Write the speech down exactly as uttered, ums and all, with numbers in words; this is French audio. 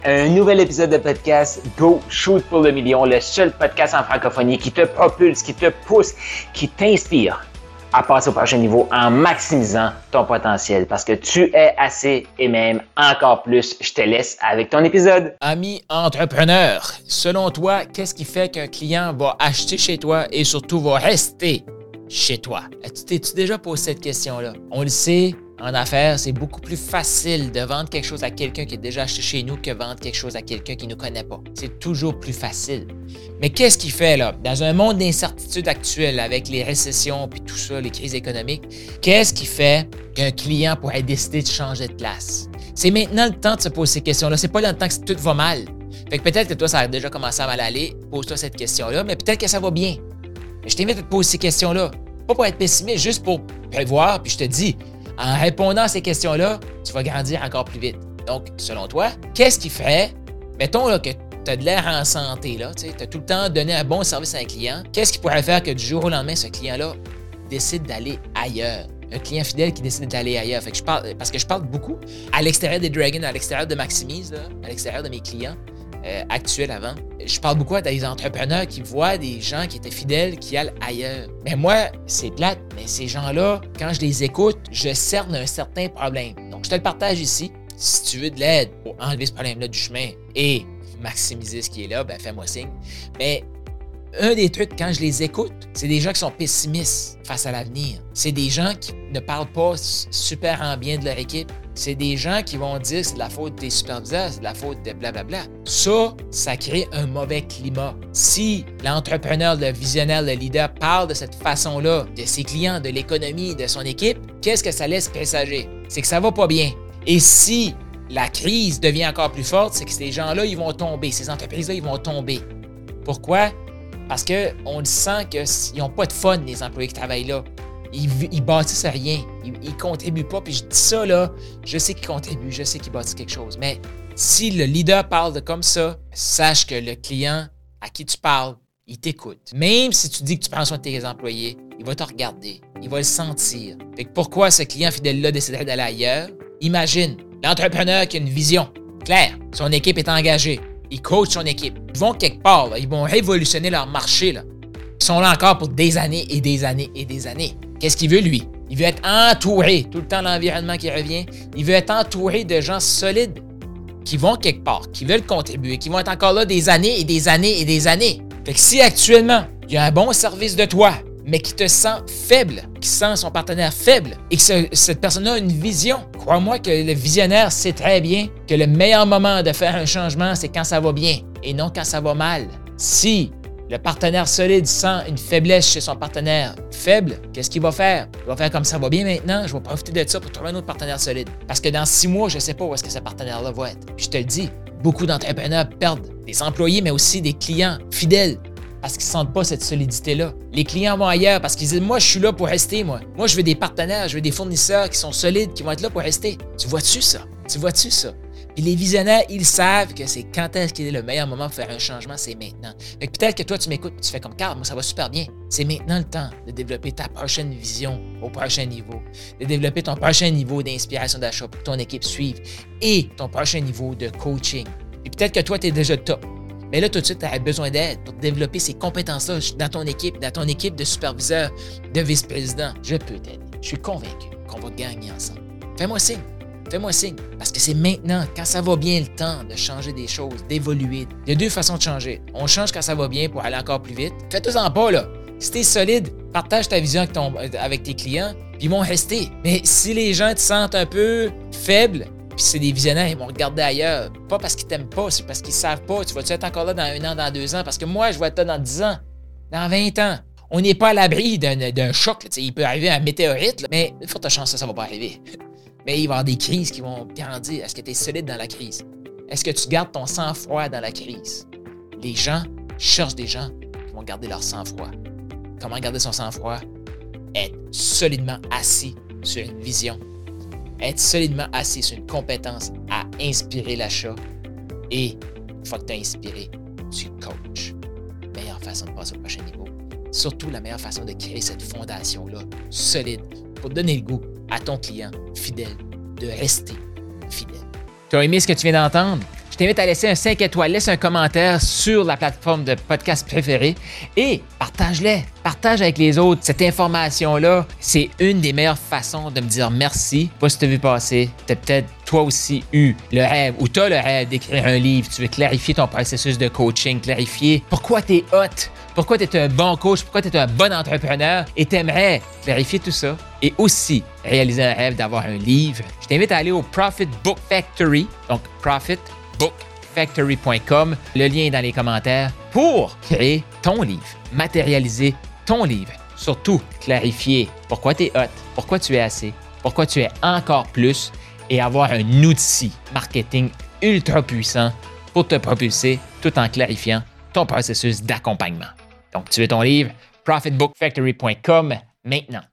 Un nouvel épisode de podcast Go Shoot pour le million, le seul podcast en francophonie qui te propulse, qui te pousse, qui t'inspire à passer au prochain niveau en maximisant ton potentiel parce que tu es assez et même encore plus. Je te laisse avec ton épisode. Ami entrepreneur, selon toi, qu'est-ce qui fait qu'un client va acheter chez toi et surtout va rester chez toi? Tu t'es-tu déjà posé cette question-là? On le sait, en affaires, c'est beaucoup plus facile de vendre quelque chose à quelqu'un qui est déjà acheté chez nous que vendre quelque chose à quelqu'un qui ne nous connaît pas. C'est toujours plus facile. Mais qu'est-ce qui fait, là, dans un monde d'incertitude actuelle avec les récessions puis tout ça, les crises économiques, qu'est-ce qui fait qu'un client pourrait décider de changer de place? C'est maintenant le temps de se poser ces questions-là. C'est pas dans le temps que tout va mal. Fait que peut-être que toi, ça a déjà commencé à mal aller. Pose-toi cette question-là, mais peut-être que ça va bien. Mais je t'invite à te poser ces questions-là. Pas pour être pessimiste, juste pour prévoir, puis je te dis, en répondant à ces questions-là, tu vas grandir encore plus vite. Donc, selon toi, qu'est-ce qui ferait, mettons là, que tu as de l'air en santé, tu as tout le temps donné un bon service à un client, qu'est-ce qui pourrait faire que du jour au lendemain, ce client-là décide d'aller ailleurs? Un client fidèle qui décide d'aller ailleurs. Fait que je parle, parce que je parle beaucoup à l'extérieur des Dragons, à l'extérieur de Maximise, là, à l'extérieur de mes clients euh, actuels avant. Je parle beaucoup à des entrepreneurs qui voient des gens qui étaient fidèles qui allent ailleurs. Mais moi, c'est plate, mais ces gens-là, quand je les écoute, je cerne un certain problème. Donc, je te le partage ici. Si tu veux de l'aide pour enlever ce problème-là du chemin et maximiser ce qui est là, ben fais-moi signe. Mais un des trucs, quand je les écoute, c'est des gens qui sont pessimistes face à l'avenir. C'est des gens qui ne parlent pas super en bien de leur équipe. C'est des gens qui vont dire que c'est de la faute des superviseurs, c'est de la faute de blablabla. Ça, ça crée un mauvais climat. Si l'entrepreneur, le visionnaire, le leader parle de cette façon-là de ses clients, de l'économie, de son équipe, qu'est-ce que ça laisse présager? C'est que ça va pas bien. Et si la crise devient encore plus forte, c'est que ces gens-là, ils vont tomber. Ces entreprises-là, ils vont tomber. Pourquoi? Parce qu'on le sent qu'ils n'ont pas de fun, les employés qui travaillent là. Ils, ils bâtissent rien. Ils ne contribuent pas. Puis je dis ça, là, je sais qu'ils contribuent, je sais qu'ils bâtissent quelque chose. Mais si le leader parle de comme ça, sache que le client à qui tu parles, il t'écoute. Même si tu dis que tu prends soin de tes employés, il va te regarder. Il va le sentir. Fait que pourquoi ce client fidèle-là déciderait d'aller ailleurs? Imagine l'entrepreneur qui a une vision claire. Son équipe est engagée. Il coach son équipe. Ils vont quelque part. Là. Ils vont révolutionner leur marché. Là. Ils sont là encore pour des années et des années et des années. Qu'est-ce qu'il veut, lui? Il veut être entouré. Tout le temps, l'environnement qui revient. Il veut être entouré de gens solides qui vont quelque part, qui veulent contribuer, qui vont être encore là des années et des années et des années. Fait que si actuellement, il y a un bon service de toi, mais qui te sent faible, qui sent son partenaire faible, et que ce, cette personne-là a une vision, crois-moi que le visionnaire sait très bien que le meilleur moment de faire un changement, c'est quand ça va bien et non quand ça va mal. Si le partenaire solide sent une faiblesse chez son partenaire faible, qu'est-ce qu'il va faire? Il va faire comme ça va bien maintenant, je vais profiter de ça pour trouver un autre partenaire solide. Parce que dans six mois, je ne sais pas où est-ce que ce partenaire-là va être. Puis je te le dis, beaucoup d'entrepreneurs perdent des employés, mais aussi des clients fidèles parce qu'ils ne sentent pas cette solidité-là. Les clients vont ailleurs parce qu'ils disent « Moi, je suis là pour rester, moi. Moi, je veux des partenaires, je veux des fournisseurs qui sont solides, qui vont être là pour rester. » Tu vois-tu ça? Tu vois-tu ça? Puis les visionnaires, ils savent que c'est quand est-ce qu'il est le meilleur moment pour faire un changement, c'est maintenant. Fait que peut-être que toi, tu m'écoutes et tu fais comme « Carl, moi, ça va super bien. » C'est maintenant le temps de développer ta prochaine vision au prochain niveau, de développer ton prochain niveau d'inspiration d'achat pour que ton équipe suive et ton prochain niveau de coaching. Et peut-être que toi, tu es déjà top. Mais là, tout de suite, tu as besoin d'aide pour développer ces compétences-là dans ton équipe, dans ton équipe de superviseurs, de vice-présidents. Je peux t'aider. Je suis convaincu qu'on va gagner ensemble. Fais-moi signe. Fais-moi signe. Parce que c'est maintenant, quand ça va bien, le temps de changer des choses, d'évoluer. Il y a deux façons de changer. On change quand ça va bien pour aller encore plus vite. Fais-toi-en pas, là. Si t'es solide, partage ta vision avec, ton, avec tes clients, puis ils vont rester. Mais si les gens te sentent un peu faible, puis c'est des visionnaires, ils vont regarder ailleurs. Pas parce qu'ils t'aiment pas, c'est parce qu'ils savent pas. Tu vas-tu être encore là dans un an, dans deux ans? Parce que moi, je vais être là dans dix ans, dans vingt ans. On n'est pas à l'abri d'un, d'un choc. Là. Il peut arriver un météorite, là, mais de forte chance, ça, ça va pas arriver. Mais il va y avoir des crises qui vont grandir. Est-ce que tu es solide dans la crise? Est-ce que tu gardes ton sang-froid dans la crise? Les gens cherchent des gens qui vont garder leur sang-froid. Comment garder son sang-froid? Être solidement assis sur une vision. Être solidement assis sur une compétence à inspirer l'achat. Et une fois que tu as inspiré, tu coaches. Meilleure façon de passer au prochain niveau. Surtout la meilleure façon de créer cette fondation-là solide pour donner le goût à ton client fidèle de rester fidèle. Tu as aimé ce que tu viens d'entendre? Je t'invite à laisser un cinq étoiles, laisse un commentaire sur la plateforme de podcast préférée et partage-les. Partage avec les autres. Cette information-là, c'est une des meilleures façons de me dire merci. Pas si tu as vu passer, tu as peut-être toi aussi eu le rêve ou tu as le rêve d'écrire un livre. Tu veux clarifier ton processus de coaching, clarifier pourquoi tu es hot, pourquoi tu es un bon coach, pourquoi tu es un bon entrepreneur et tu aimerais clarifier tout ça et aussi réaliser un rêve d'avoir un livre. Je t'invite à aller au Profit Book Factory, donc profit book factory point com. Le lien est dans les commentaires pour créer ton livre, matérialiser ton livre. Surtout, clarifier pourquoi tu es hot, pourquoi tu es assez, pourquoi tu es encore plus et avoir un outil marketing ultra puissant pour te propulser tout en clarifiant ton processus d'accompagnement. Donc, tu veux ton livre? profit book factory point com maintenant.